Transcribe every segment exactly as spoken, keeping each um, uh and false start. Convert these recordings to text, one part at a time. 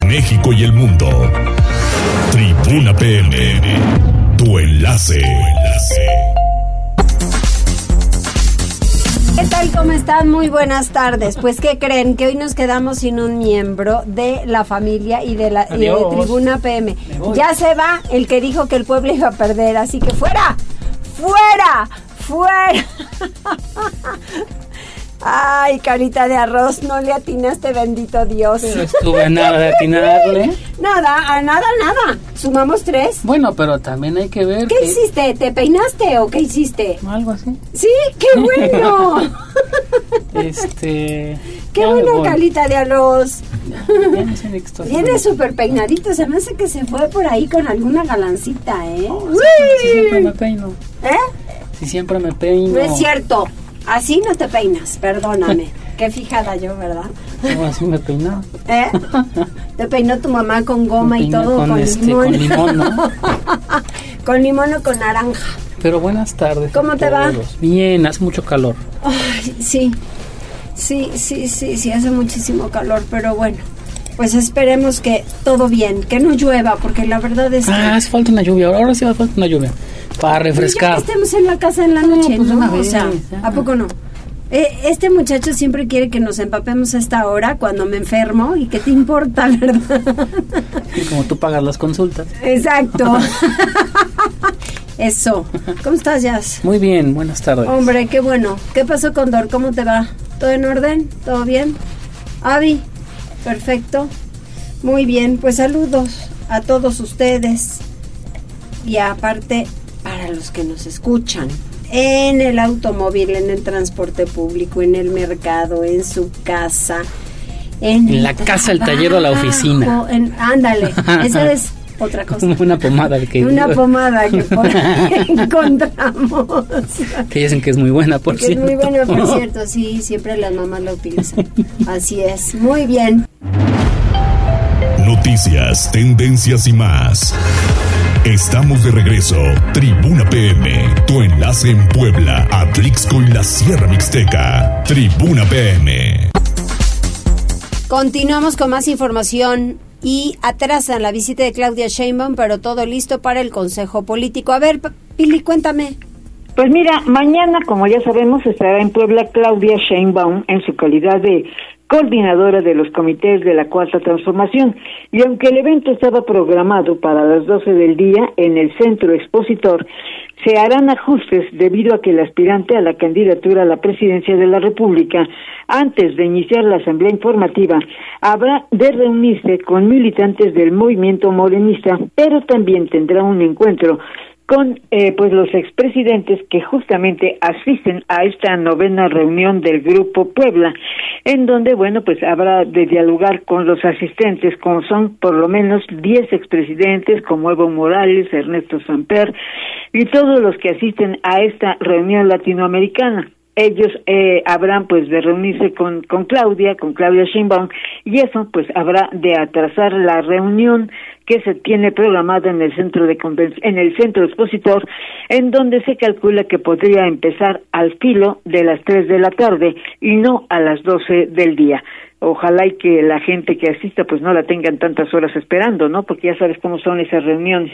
México y el mundo. Tribuna P M, tu enlace. ¿Qué tal? ¿Cómo están? Muy buenas tardes. Pues, ¿qué creen? Que hoy nos quedamos sin un miembro de la familia y de la y de Tribuna P M. Ya se va el que dijo que el pueblo iba a perder, así que ¡fuera! ¡Fuera! ¡Fuera! Ay, carita de arroz, no le atinaste, bendito Dios. Pero estuve a nada de atinarle. Nada, a nada, nada. Sumamos tres. Bueno, pero también hay que ver. ¿Qué que... hiciste? ¿Te peinaste o qué hiciste? Algo así. Sí, qué bueno. este. Qué bueno, carita de arroz. Ya no sé ni qué estoy Viene súper peinadito, se me hace que se fue por ahí con alguna galancita, ¿eh? Oh, sí, sí, siempre me peino. ¿Eh? Sí, siempre me peino. No es cierto. Así no te peinas, perdóname. Qué fijada yo, ¿verdad? No, así me peinaba. ¿Eh? Te peinó tu mamá con goma y todo, con, con este, limón. Con limón, ¿no? Con limón o con naranja. Pero buenas tardes. ¿Cómo te va? Bien, hace mucho calor. Ay, sí. Sí, sí, sí, sí, hace muchísimo calor, pero bueno. Pues esperemos que todo bien, que no llueva, porque la verdad es que... Ah, hace falta una lluvia, ahora sí hace falta una lluvia. Para refrescar. Ya que estemos en la casa en la noche, no, pues ¿no? una O vez, sea, ya. ¿a poco no? Eh, este muchacho siempre quiere que nos empapemos a esta hora cuando me enfermo, y ¿qué te importa, verdad? Y como tú pagas las consultas. Exacto. Eso. ¿Cómo estás, Jazz? Muy bien, buenas tardes. Hombre, qué bueno. ¿Qué pasó, Condor? ¿Cómo te va? ¿Todo en orden? ¿Todo bien? Avi, perfecto. Muy bien, pues saludos a todos ustedes. Y aparte, para los que nos escuchan en el automóvil, en el transporte público, en el mercado, en su casa, en, en la casa, el taller o la oficina. En, ándale, esa es otra cosa. Una pomada que una pomada que por ahí encontramos. Que dicen que es muy buena, por que cierto. Es muy buena, por cierto, sí, siempre las mamás la utilizan. Así es, muy bien. Noticias, tendencias y más. Estamos de regreso. Tribuna P M, tu enlace en Puebla, Atlixco y la Sierra Mixteca. Tribuna P M. Continuamos con más información y atrasan la visita de Claudia Sheinbaum, pero todo listo para el Consejo Político. A ver, Pili, cuéntame. Pues mira, mañana, como ya sabemos, estará en Puebla Claudia Sheinbaum en su calidad de coordinadora de los comités de la Cuarta Transformación, y aunque el evento estaba programado para las doce del día en el Centro Expositor, se harán ajustes debido a que el aspirante a la candidatura a la presidencia de la República, antes de iniciar la asamblea informativa, habrá de reunirse con militantes del movimiento morenista, pero también tendrá un encuentro con eh, pues los expresidentes que justamente asisten a esta novena reunión del Grupo Puebla, en donde, bueno, pues habrá de dialogar con los asistentes, como son por lo menos diez expresidentes, como Evo Morales, Ernesto Samper, y todos los que asisten a esta reunión latinoamericana. Ellos eh, habrán pues de reunirse con, con Claudia, con Claudia Sheinbaum, y eso pues habrá de atrasar la reunión que se tiene programada en el centro de conven- en el centro expositor, en donde se calcula que podría empezar al filo de las tres de la tarde y no a las doce del día. Ojalá y que la gente que asista pues no la tengan tantas horas esperando, ¿no? Porque ya sabes cómo son esas reuniones.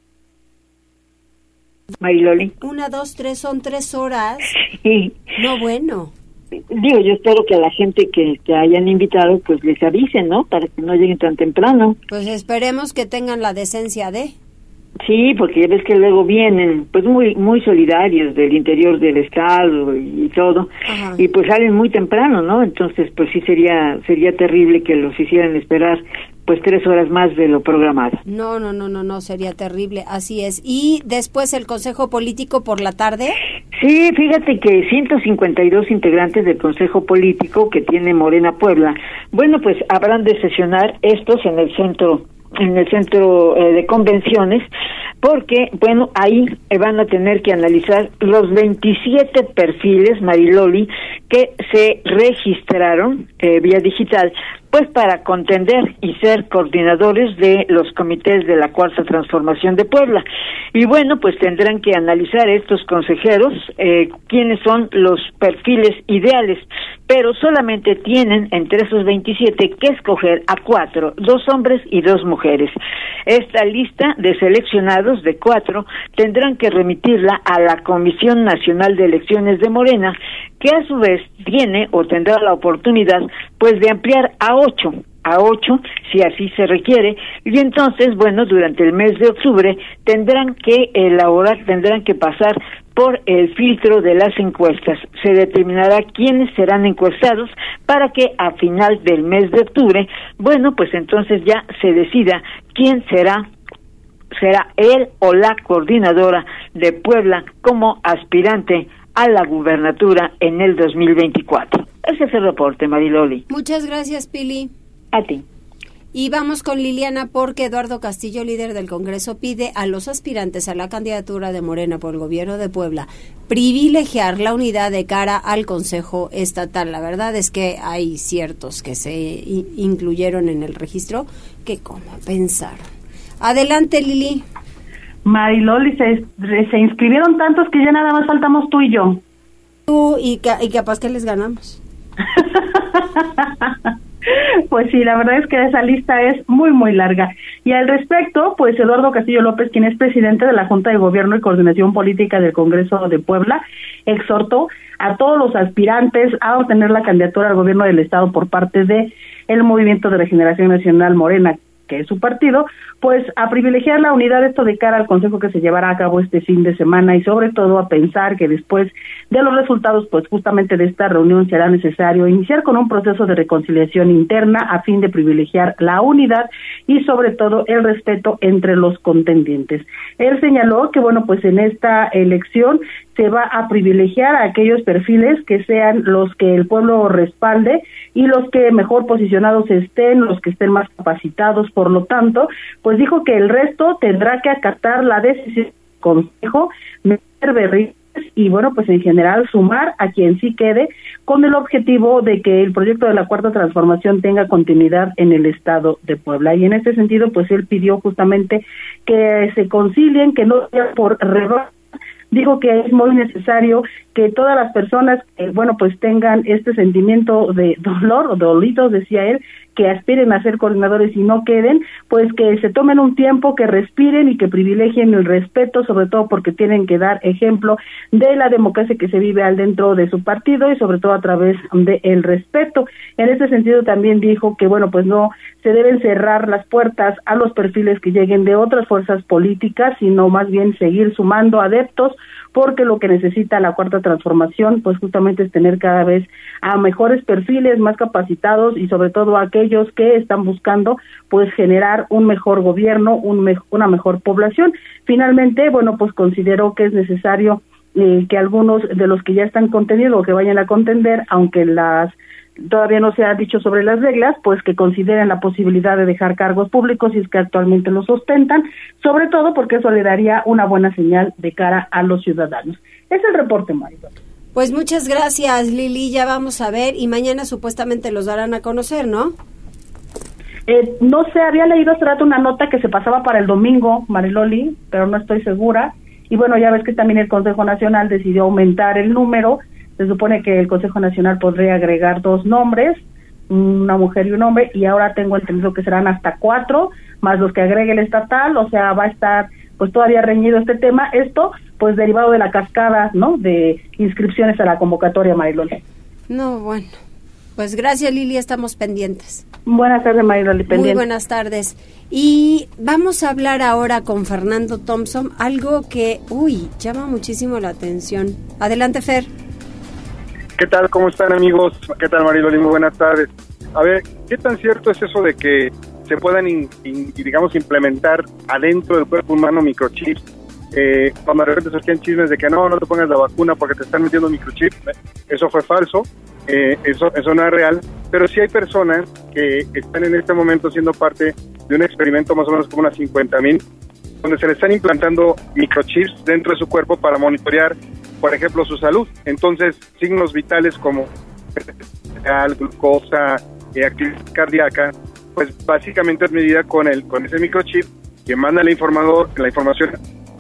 Mariloli. Una, dos, tres, son tres horas. Sí. No, bueno. Digo, yo espero que a la gente que, que hayan invitado, pues les avisen, ¿no? Para que no lleguen tan temprano. Pues esperemos que tengan la decencia de... Sí, porque ya ves que luego vienen, pues muy muy solidarios del interior del estado y, y todo, Ajá. Y pues salen muy temprano, ¿no? Entonces, pues sí sería sería terrible que los hicieran esperar pues tres horas más de lo programado. No, no, no, no, no, sería terrible, así es. ¿Y después el Consejo Político por la tarde? Sí, fíjate que ciento cincuenta y dos integrantes del Consejo Político que tiene Morena Puebla, bueno, pues habrán de sesionar estos en el centro en el centro eh, de convenciones, porque, bueno, ahí van a tener que analizar los veintisiete perfiles, Mariloli, que se registraron eh, vía digital pues para contender y ser coordinadores de los comités de la Cuarta Transformación de Puebla. Y bueno, pues tendrán que analizar estos consejeros eh, quiénes son los perfiles ideales, pero solamente tienen entre esos veintisiete que escoger a cuatro, dos hombres y dos mujeres. Esta lista de seleccionados de cuatro tendrán que remitirla a la Comisión Nacional de Elecciones de Morena, que a su vez tiene o tendrá la oportunidad pues de ampliar a ocho, a ocho si así se requiere, y entonces, bueno, durante el mes de octubre tendrán que elaborar, tendrán que pasar por el filtro de las encuestas. Se determinará quiénes serán encuestados para que a final del mes de octubre, bueno, pues entonces ya se decida quién será será él o la coordinadora de Puebla como aspirante a la gubernatura en el dos mil veinticuatro. Ese es el reporte, Mariloli. Muchas gracias, Pili. A ti. Y vamos con Liliana, porque Eduardo Castillo, líder del Congreso, pide a los aspirantes a la candidatura de Morena por el gobierno de Puebla privilegiar la unidad de cara al Consejo Estatal. La verdad es que hay ciertos que se incluyeron en el registro que como pensaron. Adelante, Lili. Mariloli, se, se inscribieron tantos que ya nada más faltamos tú y yo. Tú y, ca- y capaz que les ganamos. Pues sí, la verdad es que esa lista es muy, muy larga. Y al respecto, pues Eduardo Castillo López, quien es presidente de la Junta de Gobierno y Coordinación Política del Congreso de Puebla, exhortó a todos los aspirantes a obtener la candidatura al gobierno del Estado por parte de el Movimiento de Regeneración Nacional Morena, que es su partido, pues a privilegiar la unidad, esto de cara al consejo que se llevará a cabo este fin de semana, y sobre todo a pensar que después de los resultados, pues justamente de esta reunión será necesario iniciar con un proceso de reconciliación interna a fin de privilegiar la unidad y sobre todo el respeto entre los contendientes. Él señaló que bueno, pues en esta elección se va a privilegiar a aquellos perfiles que sean los que el pueblo respalde y los que mejor posicionados estén, los que estén más capacitados. Por lo tanto, pues dijo que el resto tendrá que acatar la decisión del consejo, meter berrinches y bueno, pues en general sumar a quien sí quede, con el objetivo de que el proyecto de la Cuarta Transformación tenga continuidad en el estado de Puebla. Y en este sentido, pues él pidió justamente que se concilien, que no sea por rebaja. Dijo que es muy necesario que todas las personas, eh, bueno, pues tengan este sentimiento de dolor o dolitos, decía él, que aspiren a ser coordinadores y no queden, pues que se tomen un tiempo, que respiren y que privilegien el respeto, sobre todo porque tienen que dar ejemplo de la democracia que se vive al dentro de su partido y sobre todo a través del respeto. En ese sentido también dijo que, bueno, pues no se deben cerrar las puertas a los perfiles que lleguen de otras fuerzas políticas, sino más bien seguir sumando adeptos, porque lo que necesita la Cuarta Transformación, pues justamente es tener cada vez a mejores perfiles, más capacitados y sobre todo a aquellos que están buscando, pues generar un mejor gobierno, un me- una mejor población. Finalmente, bueno, pues considero que es necesario eh, que algunos de los que ya están contenidos o que vayan a contender, aunque las todavía no se ha dicho sobre las reglas, pues que consideren la posibilidad de dejar cargos públicos si es que actualmente los ostentan, sobre todo porque eso le daría una buena señal de cara a los ciudadanos. Es el reporte, Maribel. Pues muchas gracias, Lili, ya vamos a ver, y mañana supuestamente los darán a conocer, ¿no? Eh, no sé, había leído hace rato una nota que se pasaba para el domingo, Mariloli, pero no estoy segura, y bueno, ya ves que también el Consejo Nacional decidió aumentar el número. Se supone que el Consejo Nacional podría agregar dos nombres, una mujer y un hombre, y ahora tengo entendido que serán hasta cuatro, más los que agregue el estatal, o sea, va a estar pues todavía reñido este tema, esto pues derivado de la cascada, ¿no?, de inscripciones a la convocatoria, Mariloli. No, bueno, pues gracias, Lili, estamos pendientes. Buenas tardes, Mariloli, pendiente. Muy buenas tardes. Y vamos a hablar ahora con Fernando Thompson, algo que, uy, llama muchísimo la atención. Adelante, Fer. ¿Qué tal? ¿Cómo están, amigos? ¿Qué tal, Mariloli? Muy buenas tardes. A ver, ¿qué tan cierto es eso de que se puedan, in, in, digamos, implementar adentro del cuerpo humano microchips? Eh, cuando de repente surgían chismes de que no, no te pongas la vacuna porque te están metiendo microchip, eso fue falso, eh, eso, eso no es real, pero sí hay personas que están en este momento siendo parte de un experimento más o menos como unas cincuenta mil, donde se le están implantando microchips dentro de su cuerpo para monitorear, por ejemplo, su salud. Entonces, signos vitales como glucosa, eh, actividad cardíaca, pues básicamente es medida con el con ese microchip que manda el informador, la información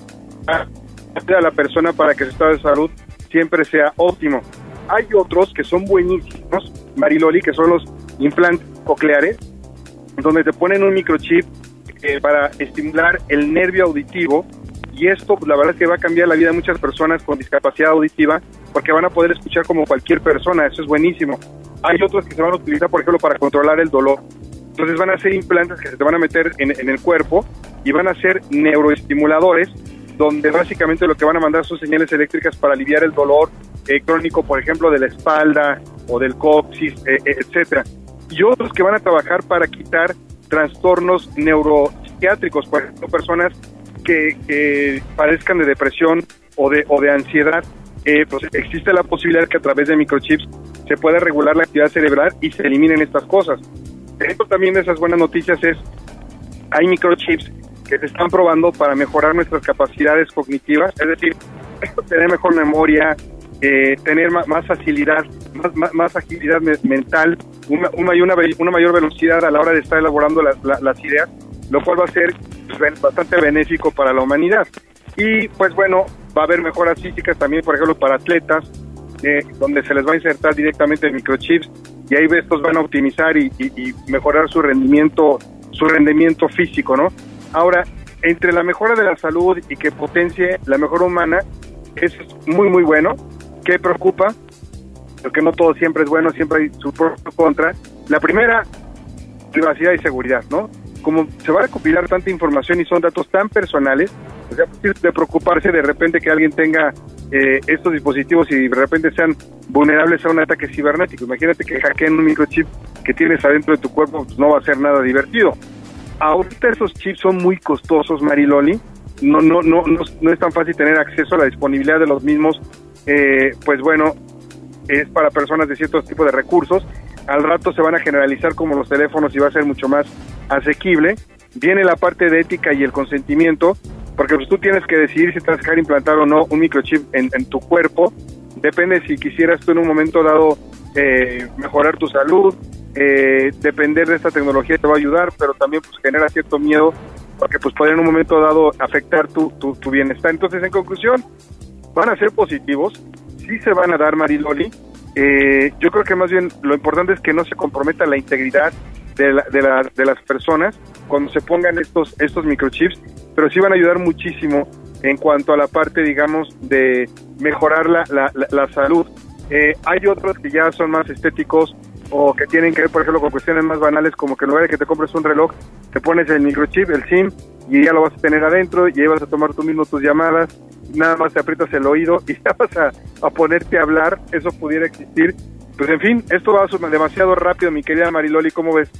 a la persona para que su estado de salud siempre sea óptimo. Hay otros que son buenísimos, Mariloli, que son los implantes cocleares, donde te ponen un microchip eh, para estimular el nervio auditivo, y esto pues, la verdad es que va a cambiar la vida de muchas personas con discapacidad auditiva, porque van a poder escuchar como cualquier persona. Eso es buenísimo. Hay otros que se van a utilizar, por ejemplo, para controlar el dolor. Entonces van a ser implantes que se te van a meter en, en el cuerpo y van a ser neuroestimuladores, donde básicamente lo que van a mandar son señales eléctricas para aliviar el dolor eh, crónico, por ejemplo, de la espalda o del coxis, eh, eh, etcétera. Y otros que van a trabajar para quitar trastornos neuropsiquiátricos, por ejemplo, personas que, que padezcan de depresión o de o de ansiedad. Eh, pues existe la posibilidad que a través de microchips se pueda regular la actividad cerebral y se eliminen estas cosas. Esto también de esas buenas noticias es, hay microchips que se están probando para mejorar nuestras capacidades cognitivas, es decir, tener mejor memoria, eh, tener más, más facilidad, más, más, más agilidad me- mental, una, una, una, una mayor velocidad a la hora de estar elaborando la, la, las ideas, lo cual va a ser pues, bastante benéfico para la humanidad. Y pues bueno, va a haber mejoras físicas también, por ejemplo, para atletas, eh, donde se les va a insertar directamente microchips, y ahí estos van a optimizar y, y, y mejorar su rendimiento, su rendimiento físico, ¿no? Ahora, entre la mejora de la salud y que potencie la mejora humana, es muy, muy bueno. ¿Qué preocupa? Porque no todo siempre es bueno, siempre hay su pro y contra. La primera, privacidad y seguridad, ¿no? Como se va a recopilar tanta información y son datos tan personales, o sea, de preocuparse de repente que alguien tenga eh, estos dispositivos y de repente sean vulnerables a un ataque cibernético. Imagínate que hackeen un microchip que tienes adentro de tu cuerpo, pues no va a ser nada divertido. Ahorita esos chips son muy costosos, Mariloli, no no no no, no es tan fácil tener acceso a la disponibilidad de los mismos, eh, pues bueno, es para personas de ciertos tipos de recursos. Al rato se van a generalizar como los teléfonos y va a ser mucho más asequible. Viene la parte de ética y el consentimiento, porque pues tú tienes que decidir si te vas a dejar implantar o no un microchip en, en tu cuerpo. Depende si quisieras tú en un momento dado eh, mejorar tu salud, eh, depender de esta tecnología te va a ayudar, pero también pues genera cierto miedo, porque pues podría en un momento dado afectar tu, tu, tu bienestar. Entonces, en conclusión, van a ser positivos, sí se van a dar, Mariloli. Eh, yo creo que más bien lo importante es que no se comprometa la integridad de, la, de, la, de las personas cuando se pongan estos estos microchips, pero sí van a ayudar muchísimo en cuanto a la parte, digamos, de mejorar la, la, la, la salud. Eh, hay otros que ya son más estéticos o que tienen que ver, por ejemplo, con cuestiones más banales, como que en lugar de que te compres un reloj, te pones el microchip, el SIM, y ya lo vas a tener adentro, y ahí vas a tomar tú mismo tus llamadas, nada más te aprietas el oído y ya vas a, a ponerte a hablar. Eso pudiera existir. Pues en fin, esto va demasiado rápido, mi querida Mariloli, ¿cómo ves?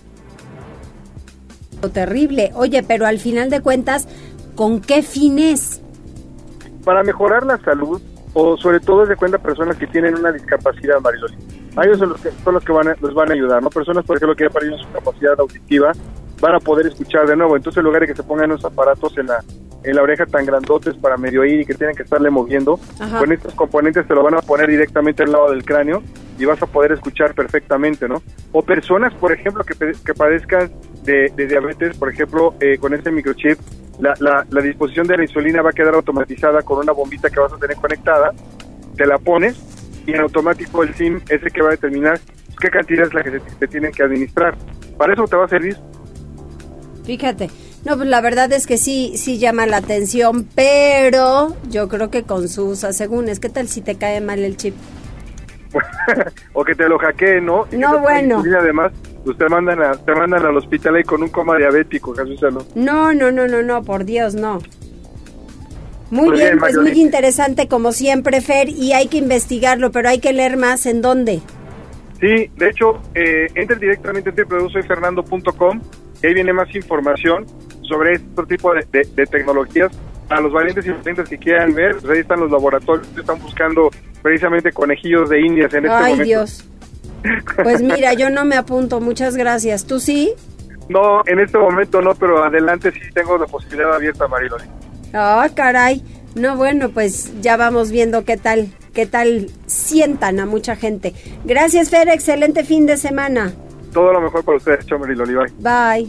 Terrible. Oye, pero al final de cuentas, ¿con qué fines? Para mejorar la salud, o sobre todo de cuenta personas que tienen una discapacidad, Mariloli. A ellos son los que, son los que van a, los van a ayudar, ¿no? Personas, por ejemplo, que ya perdieron su capacidad auditiva, van a poder escuchar de nuevo. Entonces, en lugar de que se pongan unos aparatos en la en la oreja tan grandotes para medio oír y que tienen que estarle moviendo, Ajá. con estos componentes te lo van a poner directamente al lado del cráneo y vas a poder escuchar perfectamente, ¿no? O personas, por ejemplo, que, que padezcan de, de diabetes, por ejemplo, eh, con este microchip, la, la, la disposición de la insulina va a quedar automatizada con una bombita que vas a tener conectada, te la pones y en automático el SIM ese que va a determinar qué cantidad es la que se, te tienen que administrar. Para eso te va a servir. Fíjate, no, pues la verdad es que sí, sí llama la atención, pero yo creo que con sus asegúnes, ¿qué tal si te cae mal el chip? O que te lo hackeen, ¿no? Y no, bueno. Y además, pues te mandan, a, te mandan al hospital ahí con un coma diabético, Jesús, ¿no? No, no, no, no, no, por Dios, no. Muy pues bien, bien pues muy interesante como siempre, Fer, y hay que investigarlo, pero hay que leer más. ¿En dónde? Sí, de hecho, eh, entren directamente en doble u doble u doble u punto soy fernando punto com y ahí viene más información sobre este tipo de, de, de tecnologías. A los valientes y valientes que quieran ver, pues ahí están los laboratorios que están buscando precisamente conejillos de indias en este Ay, momento. Ay, Dios. Pues mira, yo no me apunto, muchas gracias. ¿Tú sí? No, en este momento no, pero adelante sí tengo la posibilidad abierta, Mariloli. Ah, oh, caray. No, bueno, pues ya vamos viendo qué tal, qué tal sientan a mucha gente. Gracias, Fer, excelente fin de semana. Todo lo mejor para ustedes, Chomel y Lolibay. Bye.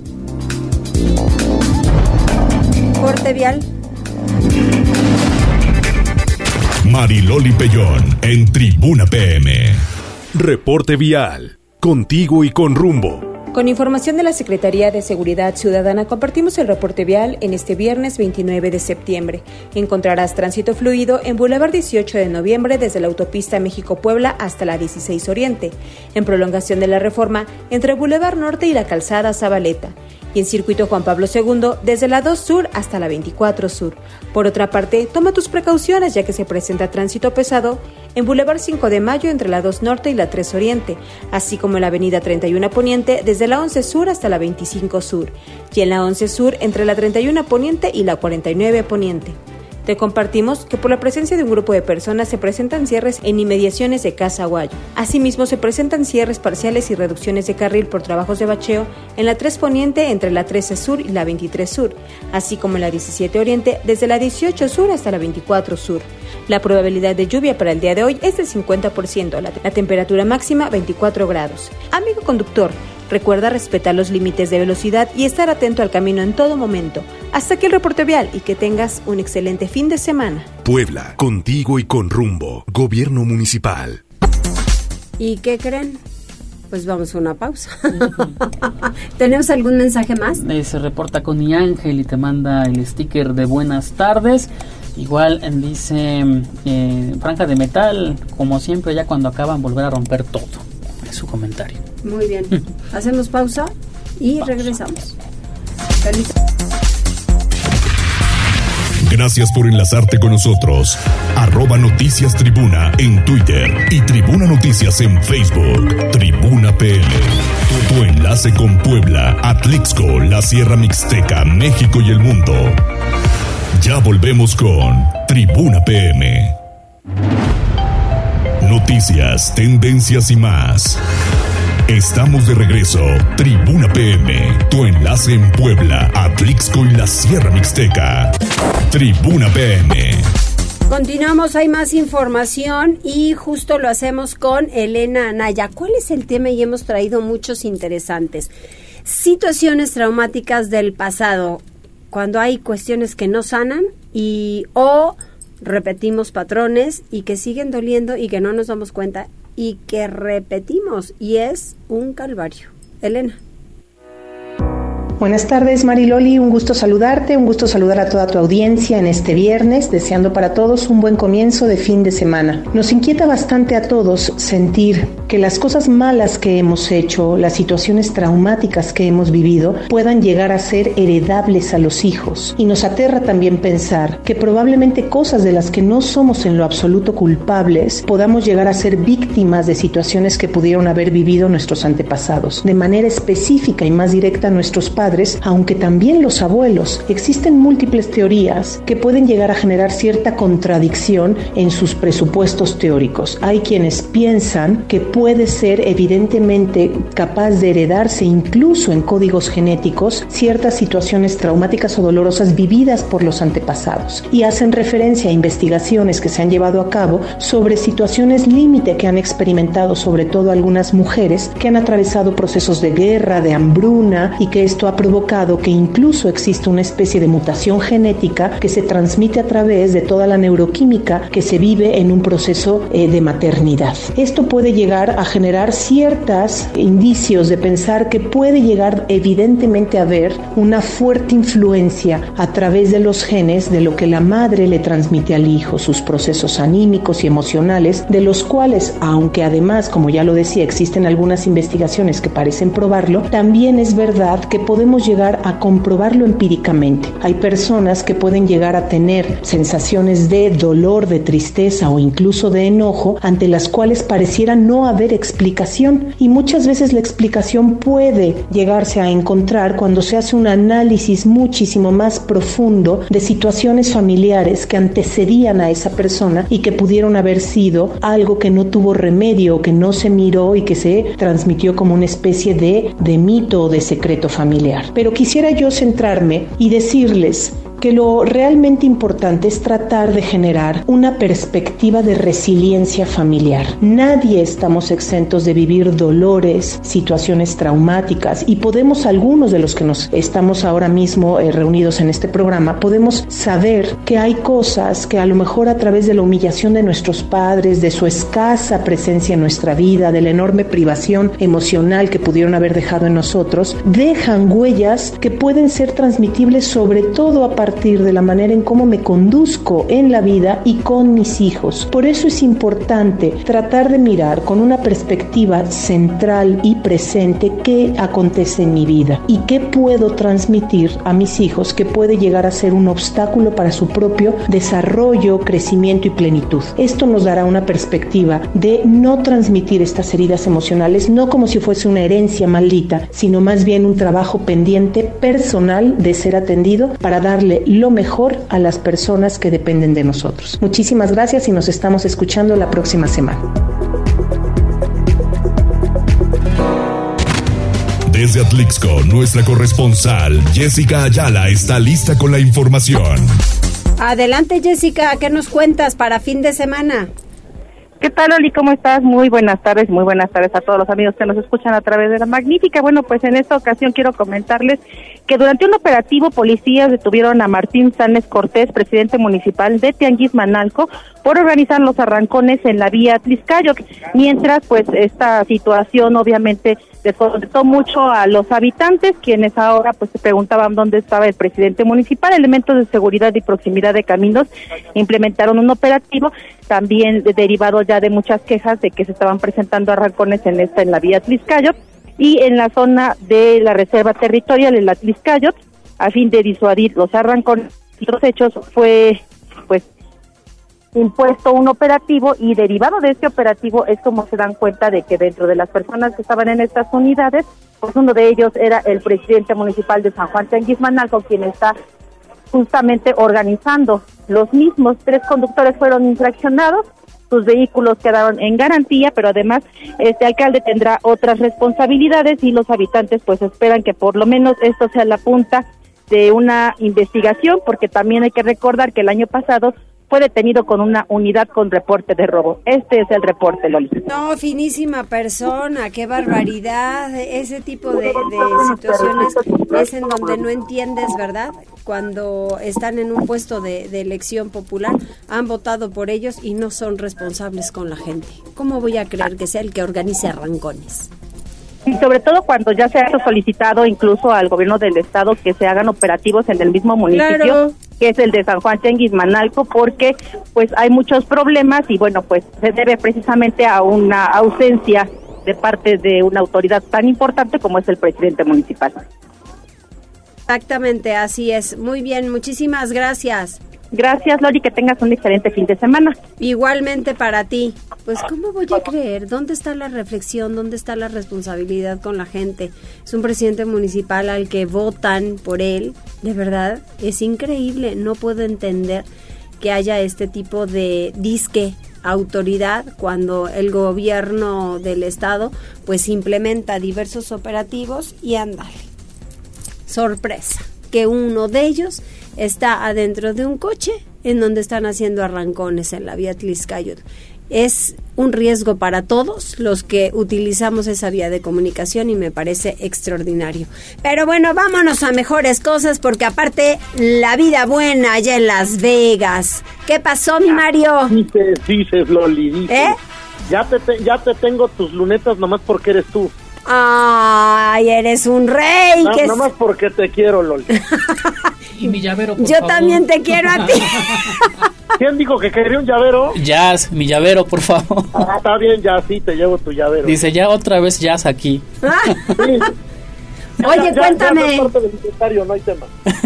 Corte vial. Mariloli Pellón en Tribuna P M. Reporte vial. Contigo y con rumbo. Con información de la Secretaría de Seguridad Ciudadana, compartimos el reporte vial en este viernes veintinueve de septiembre. Encontrarás tránsito fluido en Boulevard dieciocho de noviembre desde la autopista México-Puebla hasta la dieciséis Oriente, en prolongación de la Reforma entre Boulevard Norte y la Calzada Zabaleta, y en Circuito Juan Pablo segundo desde la dos Sur hasta la veinticuatro Sur. Por otra parte, toma tus precauciones ya que se presenta tránsito pesado en Boulevard cinco de Mayo entre la dos Norte y la tres Oriente, así como en la avenida treinta y uno Poniente desde la once Sur hasta la veinticinco Sur, y en la once Sur entre la treinta y uno Poniente y la cuarenta y nueve Poniente. Te compartimos que por la presencia de un grupo de personas se presentan cierres en inmediaciones de Casa Aguayo. Asimismo, se presentan cierres parciales y reducciones de carril por trabajos de bacheo en la tres Poniente entre la trece Sur y la veintitrés Sur, así como en la diecisiete Oriente desde la dieciocho Sur hasta la veinticuatro Sur. La probabilidad de lluvia para el día de hoy es del cincuenta por ciento, la, la temperatura máxima veinticuatro grados. Amigo conductor, recuerda respetar los límites de velocidad y estar atento al camino en todo momento. Hasta aquí el reporte vial y que tengas un excelente fin de semana. Puebla, contigo y con rumbo. Gobierno municipal. ¿Y qué creen? Pues vamos a una pausa. ¿Tenemos algún mensaje más? Eh, se reporta con mi Ángel y te manda el sticker de buenas tardes. Igual dice eh, Franja de Metal, como siempre ya cuando acaban volver a romper todo. Es su comentario. Muy bien. Hacemos pausa y pausa. Regresamos. Feliz. Gracias por enlazarte con nosotros. Arroba Noticias Tribuna en Twitter y Tribuna Noticias en Facebook. Tribuna P M. Tu, tu enlace con Puebla, Atlixco, la Sierra Mixteca, México y el mundo. Ya volvemos con Tribuna P M. Noticias, tendencias y más. Estamos de regreso. Tribuna P M, tu enlace en Puebla, Atlixco y la Sierra Mixteca. Tribuna P M. Continuamos, hay más información y justo lo hacemos con Elena Anaya. ¿Cuál es el tema? Y hemos traído muchos interesantes. Situaciones traumáticas del pasado, cuando hay cuestiones que no sanan y o repetimos patrones y que siguen doliendo y que no nos damos cuenta y que repetimos y es un calvario. Elena. Buenas tardes, Mariloli, un gusto saludarte, un gusto saludar a toda tu audiencia en este viernes, deseando para todos un buen comienzo de fin de semana. Nos inquieta bastante a todos sentir que las cosas malas que hemos hecho, las situaciones traumáticas que hemos vivido, puedan llegar a ser heredables a los hijos. Y nos aterra también pensar que probablemente cosas de las que no somos en lo absoluto culpables, podamos llegar a ser víctimas de situaciones que pudieron haber vivido nuestros antepasados. De manera específica y más directa a nuestros padres, aunque también los abuelos. Existen múltiples teorías que pueden llegar a generar cierta contradicción en sus presupuestos teóricos. Hay quienes piensan que puede ser evidentemente capaz de heredarse incluso en códigos genéticos ciertas situaciones traumáticas o dolorosas vividas por los antepasados y hacen referencia a investigaciones que se han llevado a cabo sobre situaciones límite que han experimentado sobre todo algunas mujeres que han atravesado procesos de guerra, de hambruna y que esto ha provocado que incluso existe una especie de mutación genética que se transmite a través de toda la neuroquímica que se vive en un proceso eh, de maternidad. Esto puede llegar a generar ciertos indicios de pensar que puede llegar evidentemente a haber una fuerte influencia a través de los genes de lo que la madre le transmite al hijo, sus procesos anímicos y emocionales, de los cuales, aunque además, como ya lo decía, existen algunas investigaciones que parecen probarlo, también es verdad que podemos llegar a comprobarlo empíricamente. Hay personas que pueden llegar a tener sensaciones de dolor, de tristeza o incluso de enojo ante las cuales pareciera no haber explicación y muchas veces la explicación puede llegarse a encontrar cuando se hace un análisis muchísimo más profundo de situaciones familiares que antecedían a esa persona y que pudieron haber sido algo que no tuvo remedio, que no se miró y que se transmitió como una especie de, de mito o de secreto familiar. Pero quisiera yo centrarme y decirles que lo realmente importante es tratar de generar una perspectiva de resiliencia familiar. Nadie estamos exentos de vivir dolores, situaciones traumáticas, y podemos, algunos de los que nos estamos ahora mismo eh, reunidos en este programa, podemos saber que hay cosas que a lo mejor a través de la humillación de nuestros padres, de su escasa presencia en nuestra vida, de la enorme privación emocional que pudieron haber dejado en nosotros, dejan huellas que pueden ser transmitibles sobre todo a partir de la manera en cómo me conduzco en la vida y con mis hijos. Por eso es importante tratar de mirar con una perspectiva central y presente qué acontece en mi vida y qué puedo transmitir a mis hijos que puede llegar a ser un obstáculo para su propio desarrollo, crecimiento y plenitud. Esto nos dará una perspectiva de no transmitir estas heridas emocionales, no como si fuese una herencia maldita, sino más bien un trabajo pendiente personal de ser atendido para darle lo mejor a las personas que dependen de nosotros. Muchísimas gracias y nos estamos escuchando la próxima semana. Desde Atlixco, nuestra corresponsal Jessica Ayala está lista con la información. Adelante, Jessica, ¿qué nos cuentas para fin de semana? ¿Qué tal, Oli? ¿Cómo estás? Muy buenas tardes, muy buenas tardes a todos los amigos que nos escuchan a través de La Magnífica. Bueno, pues en esta ocasión quiero comentarles que durante un operativo policías detuvieron a Martín Sáenz Cortés, presidente municipal de Tianguismanalco, por organizar los arrancones en la vía Tliscayoc. Mientras, pues esta situación obviamente desconcertó mucho a los habitantes, quienes ahora pues se preguntaban dónde estaba el presidente municipal. Elementos de seguridad y proximidad de caminos implementaron un operativo, también derivado ya de muchas quejas de que se estaban presentando arrancones en esta en la vía Tliscayoc y en la zona de la reserva territorial en la Tliscayoc, a fin de disuadir los arrancones y los hechos. Fue pues impuesto un operativo, y derivado de este operativo es como se dan cuenta de que dentro de las personas que estaban en estas unidades, pues uno de ellos era el presidente municipal de San Juan Tianguismanalco, quien está justamente organizando los mismos. Tres conductores fueron infraccionados, sus vehículos quedaron en garantía, pero además este alcalde tendrá otras responsabilidades y los habitantes pues esperan que por lo menos esto sea la punta de una investigación, porque también hay que recordar que el año pasado fue detenido con una unidad con reporte de robo. Este es el reporte, Loli. No, finísima persona, qué barbaridad. Ese tipo de, de situaciones es en donde no entiendes, ¿verdad? Cuando están en un puesto de, de elección popular, han votado por ellos y no son responsables con la gente. ¿Cómo voy a creer que sea el que organice arrancones? Y sobre todo cuando ya se ha solicitado incluso al gobierno del estado que se hagan operativos en el mismo municipio, claro, que es el de San Juan Tianguismanalco, porque pues hay muchos problemas y bueno, pues se debe precisamente a una ausencia de parte de una autoridad tan importante como es el presidente municipal. Exactamente, así es. Muy bien, muchísimas gracias. Gracias, Lori, que tengas un excelente fin de semana. Igualmente para ti. Pues, ¿cómo voy a creer? ¿Dónde está la reflexión? ¿Dónde está la responsabilidad con la gente? Es un presidente municipal al que votan por él. De verdad, es increíble. No puedo entender que haya este tipo de disque autoridad cuando el gobierno del estado pues implementa diversos operativos y ándale. Sorpresa, que uno de ellos está adentro de un coche en donde están haciendo arrancones en la vía Tliscayoc. Es un riesgo para todos los que utilizamos esa vía de comunicación y me parece extraordinario. Pero bueno, vámonos a mejores cosas, porque aparte la vida buena allá en Las Vegas. ¿Qué pasó, mi Mario? Dices, dices, Loli, dices. ¿Eh? Ya te, te, ya te tengo tus lunetas nomás porque eres tú. Ay, eres un rey. No, que nomás es... porque te quiero, Loli. Y mi llavero, por Yo favor. también te quiero a ti. ¿Quién dijo que quería un llavero? Jazz, mi llavero, por favor. Ah, está bien, ya sí, te llevo tu llavero. Dice, ya otra vez Jazz aquí. Ah. Sí. Oye, ya, cuéntame. Ya, ya no es parte del inventario, no hay tema.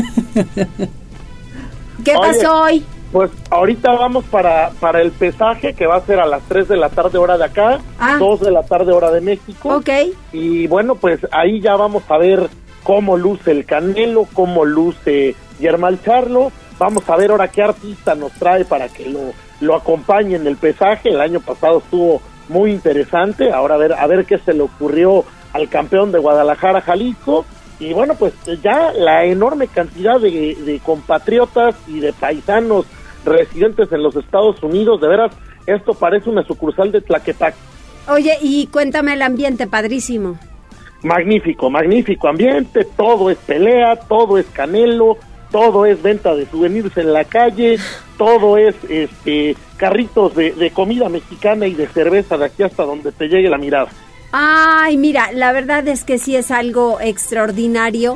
¿Qué Oye, pasó hoy? Pues ahorita vamos para, para el pesaje, que va a ser a las tres de la tarde hora de acá, ah. dos de la tarde hora de México. Ok. Y bueno, pues ahí ya vamos a ver cómo luce el Canelo, cómo luce Yermal Charlo. Vamos a ver ahora qué artista nos trae para que lo, lo acompañe en el pesaje. El año pasado estuvo muy interesante. Ahora a ver, a ver qué se le ocurrió al campeón de Guadalajara, Jalisco. y bueno, pues ya la enorme cantidad de, de compatriotas y de paisanos residentes en los Estados Unidos, de veras, esto parece una sucursal de Tlaquepaque. Oye, y cuéntame el ambiente, padrísimo. Magnífico, magnífico ambiente, todo es pelea, todo es Canelo, todo es venta de souvenirs en la calle, todo es este carritos de, de comida mexicana y de cerveza de aquí hasta donde te llegue la mirada. Ay, mira, la verdad es que sí es algo extraordinario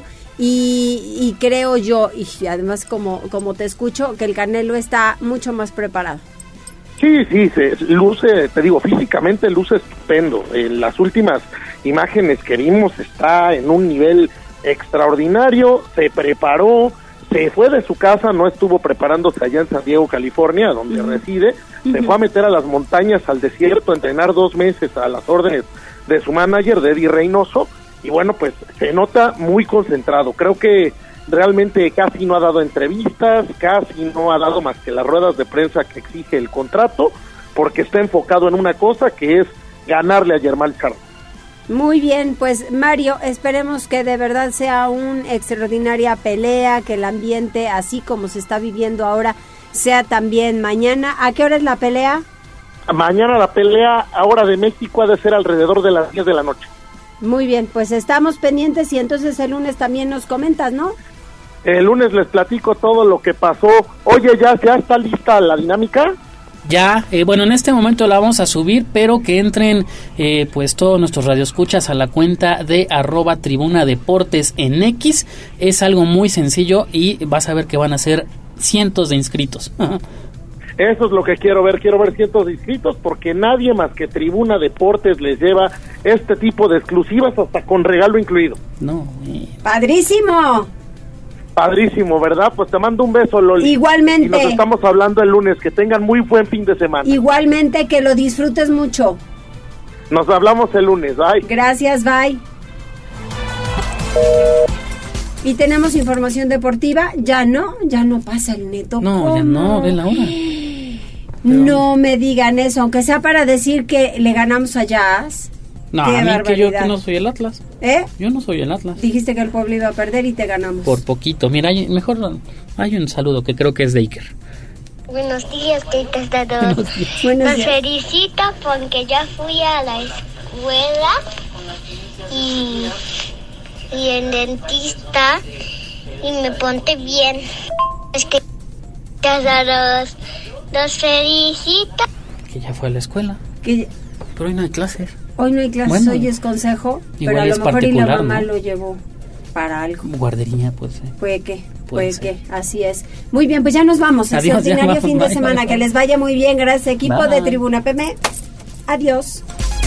y, y creo yo, y además como, como te escucho, que el Canelo está mucho más preparado. Sí, sí, se luce, te digo, físicamente luce estupendo. En las últimas imágenes que vimos está en un nivel extraordinario, se preparó, se fue de su casa, no estuvo preparándose allá en San Diego, California, donde uh-huh. reside, uh-huh. se fue a meter a las montañas, al desierto, a entrenar dos meses a las órdenes de su manager, de Eddie Reynoso, y bueno, pues se nota muy concentrado. Creo que realmente casi no ha dado entrevistas, casi no ha dado más que las ruedas de prensa que exige el contrato, porque está enfocado en una cosa que es ganarle a Yermal Charlo. Muy bien, pues Mario, esperemos que de verdad sea una extraordinaria pelea, que el ambiente, así como se está viviendo ahora, sea también mañana. ¿A qué hora es la pelea? Mañana la pelea, a hora de México, ha de ser alrededor de las diez de la noche. Muy bien, pues estamos pendientes y entonces el lunes también nos comentas, ¿no? El lunes les platico todo lo que pasó. Oye, ¿ya, ya está lista la dinámica? Ya, eh, bueno, en este momento la vamos a subir, pero que entren eh, pues todos nuestros radioescuchas a la cuenta de arroba Tribuna Deportes en X. Es algo muy sencillo y vas a ver que van a ser cientos de inscritos. Eso es lo que quiero ver, quiero ver cientos de inscritos, porque nadie más que Tribuna Deportes les lleva este tipo de exclusivas, hasta con regalo incluido. No, eh. ¡Padrísimo! Padrísimo, ¿verdad? Pues te mando un beso, Loli. Igualmente. Y nos estamos hablando el lunes. Que tengan muy buen fin de semana. Igualmente, que lo disfrutes mucho. Nos hablamos el lunes, bye. Gracias, bye. Y tenemos información deportiva. Ya no, ya no pasa el Neto. No, ¿Cómo? ya no, ven la hora. Pero... No me digan eso, aunque sea para decir que le ganamos a Jazz. No, a mí que yo que no soy el Atlas. ¿Eh? Yo no soy el Atlas. Dijiste que el pueblo iba a perder y te ganamos. Por poquito. Mira, hay, mejor hay un saludo que creo que es de Iker. Buenos días, queridos a todos. Buenos días. Los felicito porque ya fui a la escuela y, y el dentista y me ponte bien. Es que los, los felicito. Que ya fue a la escuela. Que... Pero hoy no hay clases. Hoy no hay clases, bueno, hoy es consejo, pero a lo mejor y la mamá, ¿no?, lo llevó para algo. Guardería, pues. Puede que, puede, puede que, así es. Muy bien, pues ya nos vamos. Adiós, extraordinario vamos, fin de bye, semana, bye, que les vaya muy bien. Gracias, equipo bye. de Tribuna P M. Adiós.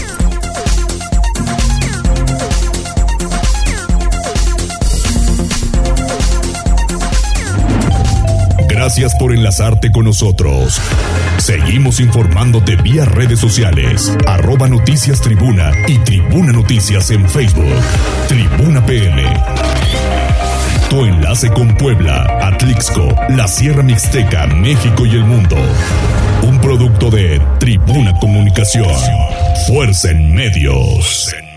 Gracias por enlazarte con nosotros. Seguimos informándote vía redes sociales, arroba Noticias Tribuna y Tribuna Noticias en Facebook. Tribuna P M. Tu enlace con Puebla, Atlixco, la Sierra Mixteca, México y el mundo. Un producto de Tribuna Comunicación. Fuerza en medios.